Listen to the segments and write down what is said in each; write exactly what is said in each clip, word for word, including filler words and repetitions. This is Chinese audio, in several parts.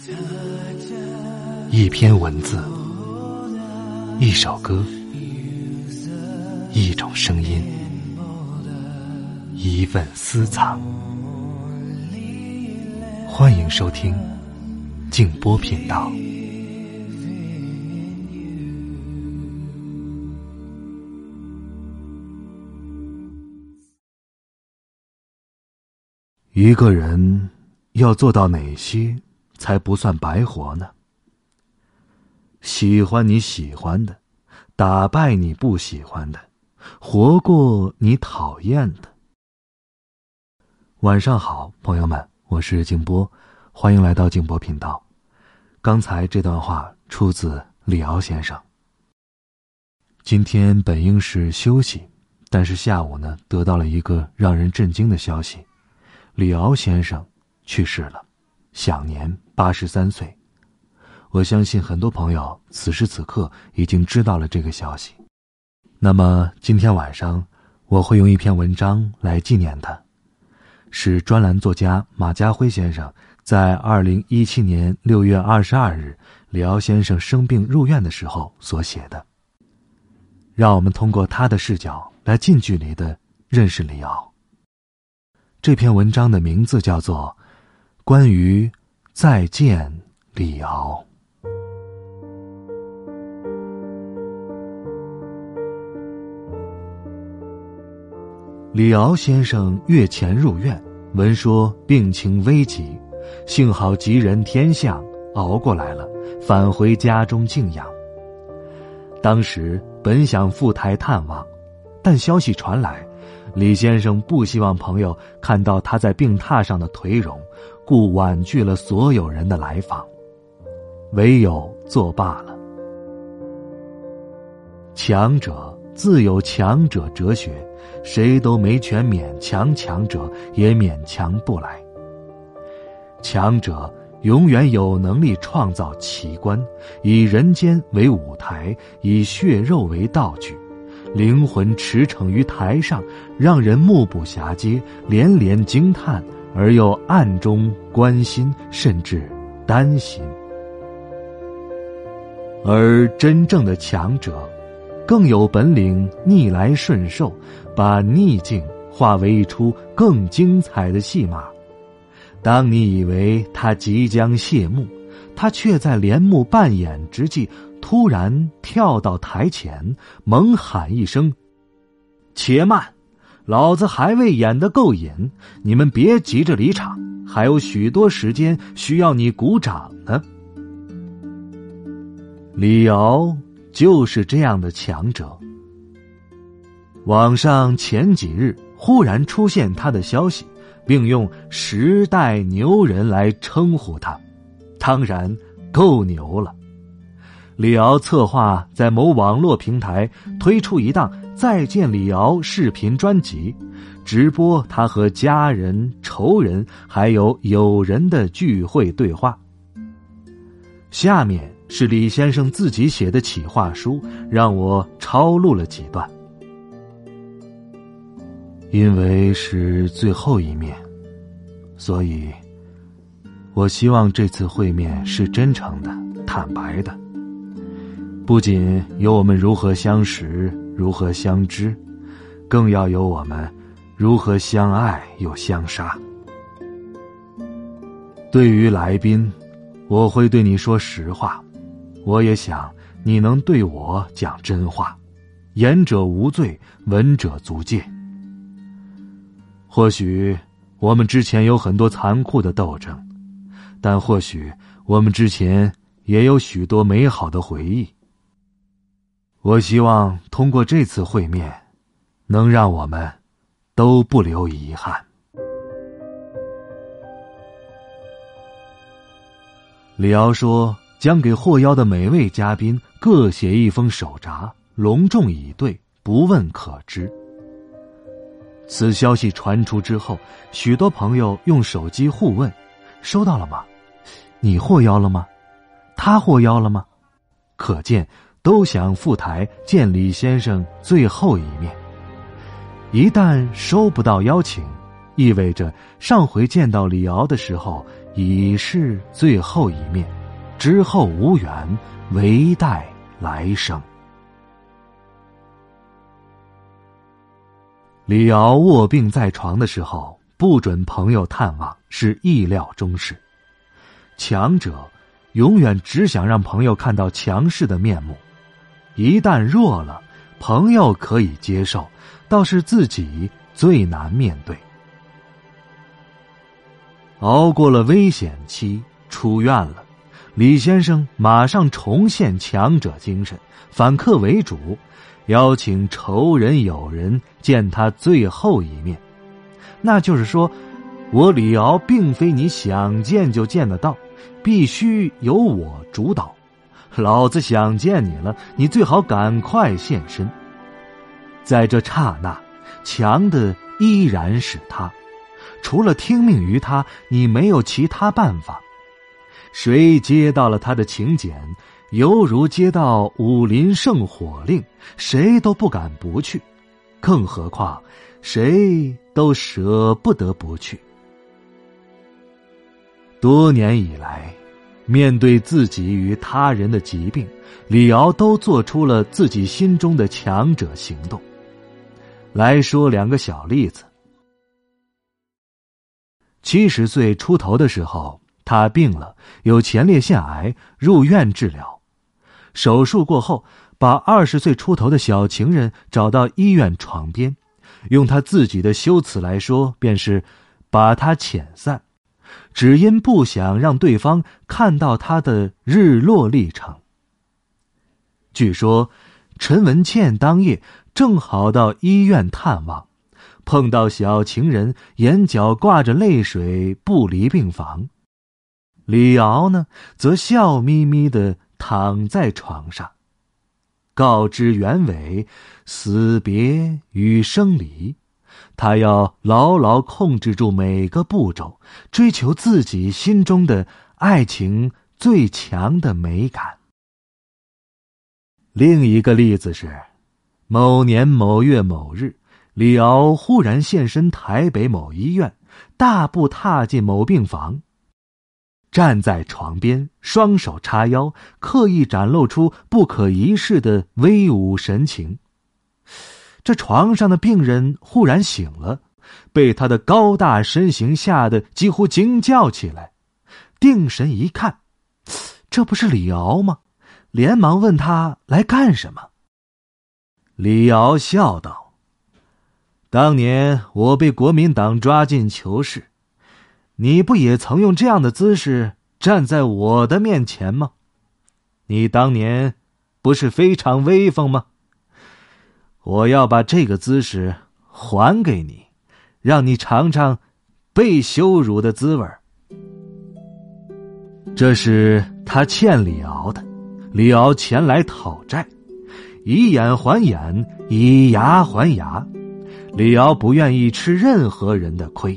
一篇文字，一首歌，一种声音，一份私藏。欢迎收听静波频道。一个人要做到哪些才不算白活呢？喜欢你喜欢的，打败你不喜欢的，活过你讨厌的。晚上好，朋友们，我是静波，欢迎来到静波频道。刚才这段话出自李敖先生。今天本应是休息，但是下午呢，得到了一个让人震惊的消息，李敖先生去世了，享年八十三岁。我相信很多朋友此时此刻已经知道了这个消息。那么今天晚上我会用一篇文章来纪念他，是专栏作家马家辉先生在二零一七年六月二十二日李敖先生生病入院的时候所写的。让我们通过他的视角来近距离地认识李敖。这篇文章的名字叫做《关于再见李敖》。李敖先生月前入院，闻说病情危急，幸好吉人天相，熬过来了，返回家中静养。当时本想赴台探望，但消息传来，李先生不希望朋友看到他在病榻上的颓容，故婉拒了所有人的来访，唯有作罢了。强者自有强者哲学，谁都没权勉强强者，也勉强不来。强者永远有能力创造奇观，以人间为舞台，以血肉为道具，灵魂驰骋于台上，让人目不暇接，连连惊叹，而又暗中关心，甚至担心。而真正的强者更有本领逆来顺受，把逆境化为一出更精彩的戏码。当你以为他即将谢幕，他却在帘幕半掩之际突然跳到台前，猛喊一声：且慢，老子还未演得够瘾，你们别急着离场，还有许多时间需要你鼓掌呢。李敖就是这样的强者。网上前几日忽然出现他的消息，并用时代牛人来称呼他，当然够牛了。李敖策划在某网络平台推出一档再见李敖视频专辑，直播他和家人、仇人还有友人的聚会对话。下面是李先生自己写的企划书，让我抄录了几段。因为是最后一面，所以我希望这次会面是真诚的、坦白的，不仅有我们如何相识、如何相知，更要有我们如何相爱又相杀。对于来宾，我会对你说实话，我也想你能对我讲真话，言者无罪，闻者足戒。或许我们之前有很多残酷的斗争，但或许我们之前也有许多美好的回忆。我希望通过这次会面，能让我们都不留遗憾。李敖说将给获邀的每位嘉宾各写一封手札，隆重以对，不问可知。此消息传出之后，许多朋友用手机互问：收到了吗？你获邀了吗？他获邀了吗？可见都想赴台见李先生最后一面。一旦收不到邀请，意味着上回见到李敖的时候已是最后一面，之后无缘，唯待来生。李敖卧病在床的时候，不准朋友探望，是意料中事。强者永远只想让朋友看到强势的面目，一旦弱了，朋友可以接受，倒是自己最难面对。熬过了危险期，出院了，李先生马上重现强者精神，反客为主，邀请仇人友人见他最后一面。那就是说，我李敖并非你想见就见得到，必须由我主导。老子想见你了，你最好赶快现身。在这刹那，强的依然是他，除了听命于他，你没有其他办法。谁接到了他的请柬，犹如接到武林圣火令，谁都不敢不去，更何况谁都舍不得不去。多年以来，面对自己与他人的疾病，李敖都做出了自己心中的强者行动。来说两个小例子。七十岁出头的时候，他病了，有前列腺癌，入院治疗。手术过后，把二十岁出头的小情人找到医院床边，用他自己的修辞来说，便是把他遣散，只因不想让对方看到他的日落历程。据说陈文茜当夜正好到医院探望，碰到小情人眼角挂着泪水，不离病房。李敖呢，则笑眯眯地躺在床上，告知原委，死别与生离。他要牢牢控制住每个步骤，追求自己心中的爱情最强的美感。另一个例子是，某年某月某日，李敖忽然现身台北某医院，大步踏进某病房，站在床边，双手叉腰，刻意展露出不可一世的威武神情。这床上的病人忽然醒了，被他的高大身形吓得几乎惊叫起来。定神一看，这不是李敖吗？连忙问他来干什么。李敖笑道：当年我被国民党抓进囚室，你不也曾用这样的姿势站在我的面前吗？你当年不是非常威风吗？我要把这个姿势还给你，让你尝尝被羞辱的滋味。这是他欠李敖的，李敖前来讨债，以眼还眼，以牙还牙，李敖不愿意吃任何人的亏。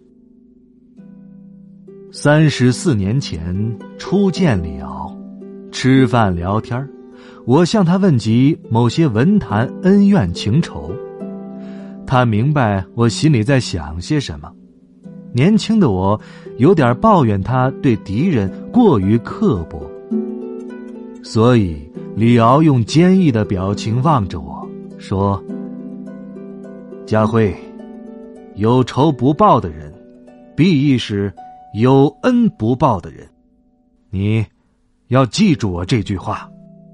三十四年前初见李敖，吃饭聊天，我向他问及某些文坛恩怨情仇，他明白我心里在想些什么。年轻的我有点抱怨他对敌人过于刻薄，所以李敖用坚毅的表情望着我说：家辉，有仇不报的人必亦是有恩不报的人，你要记住我这句话。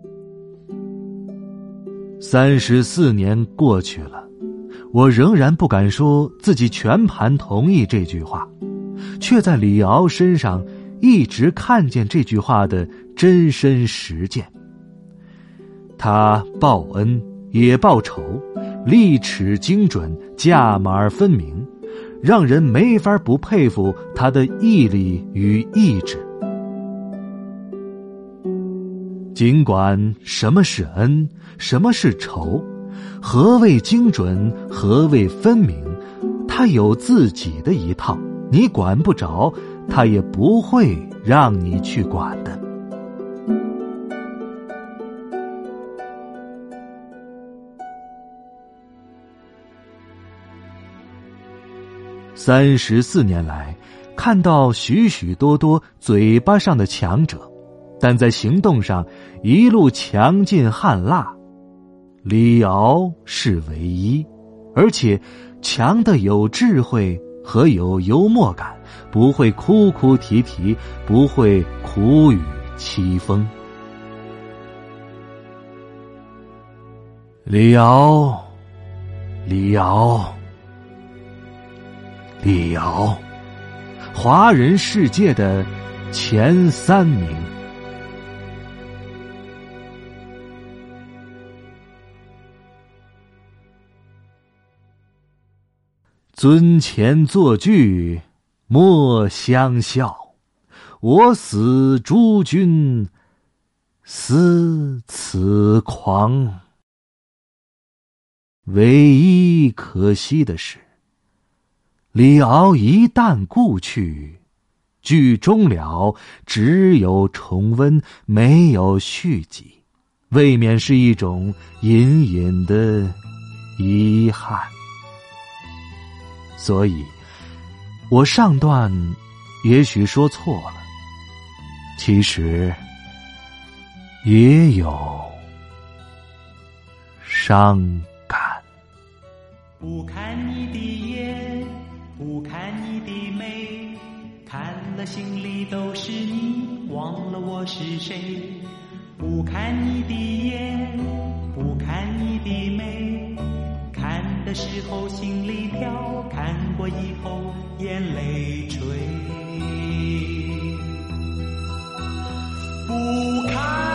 三十四年过去了，我仍然不敢说自己全盘同意这句话，却在李敖身上一直看见这句话的真身实践。他报恩也报仇，利齿精准，价码分明，让人没法不佩服他的毅力与意志。尽管什么是恩，什么是仇，何谓精准，何谓分明，他有自己的一套，你管不着，他也不会让你去管的。三十四年来， 看到许许多多嘴巴上的强者，但在行动上一路强劲悍辣。李敖是唯一，而且强的有智慧和有幽默感，不会哭哭啼啼，不会苦语凄风。李敖，李敖，李敖，华人世界的前三名。尊前作句莫相笑，我死诸君思此狂。唯一可惜的是，李敖一旦故去，剧终了，只有重温，没有续集，未免是一种隐隐的遗憾。所以我上段也许说错了，其实也有伤感。 不看你的眼，不看你的眉，看了心里都是你，忘了我是谁。不看你的眼，不看你的眉，看的时候心里跳，看过以后眼泪垂。不看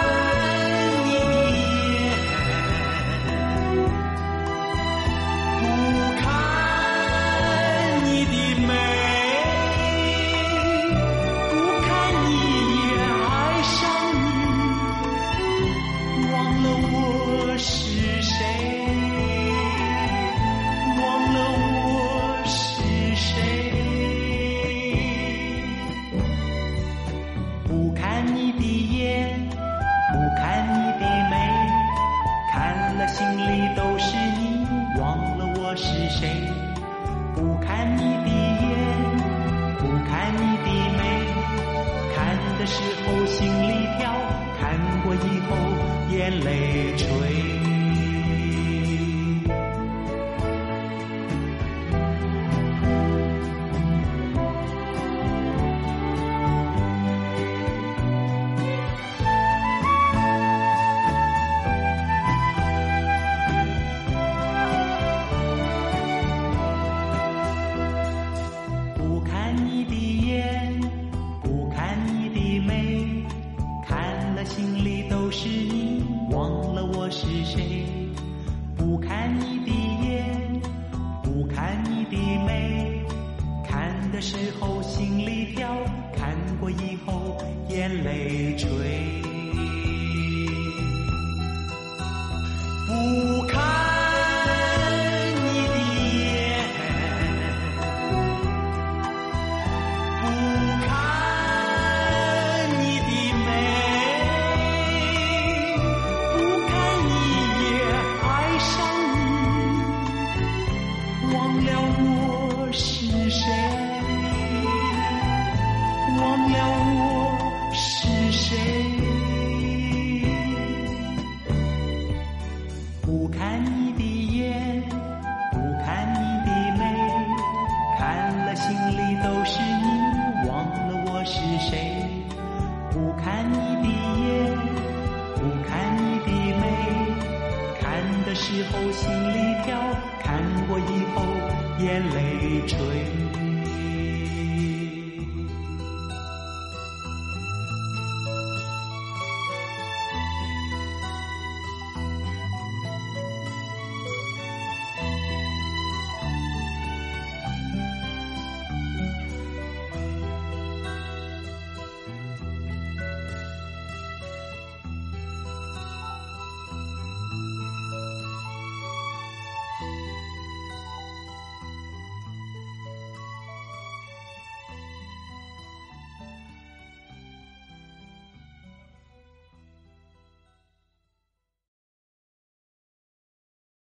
心里都是你，忘了我是谁。不看你的眼，不看你的眉，看的时候心里跳，看过以后眼泪垂。是谁？不看你的眼，不看你的眉，看的时候心里跳，看过以后眼泪垂。不看你的眼，不看你的眉，忘了我是谁，忘了我是谁。不看你的眼，不看你的眉，看了心里都是你，忘了我是谁。不看你的眼，不看你的眉，看的时候心里跳，看过以后眼泪垂。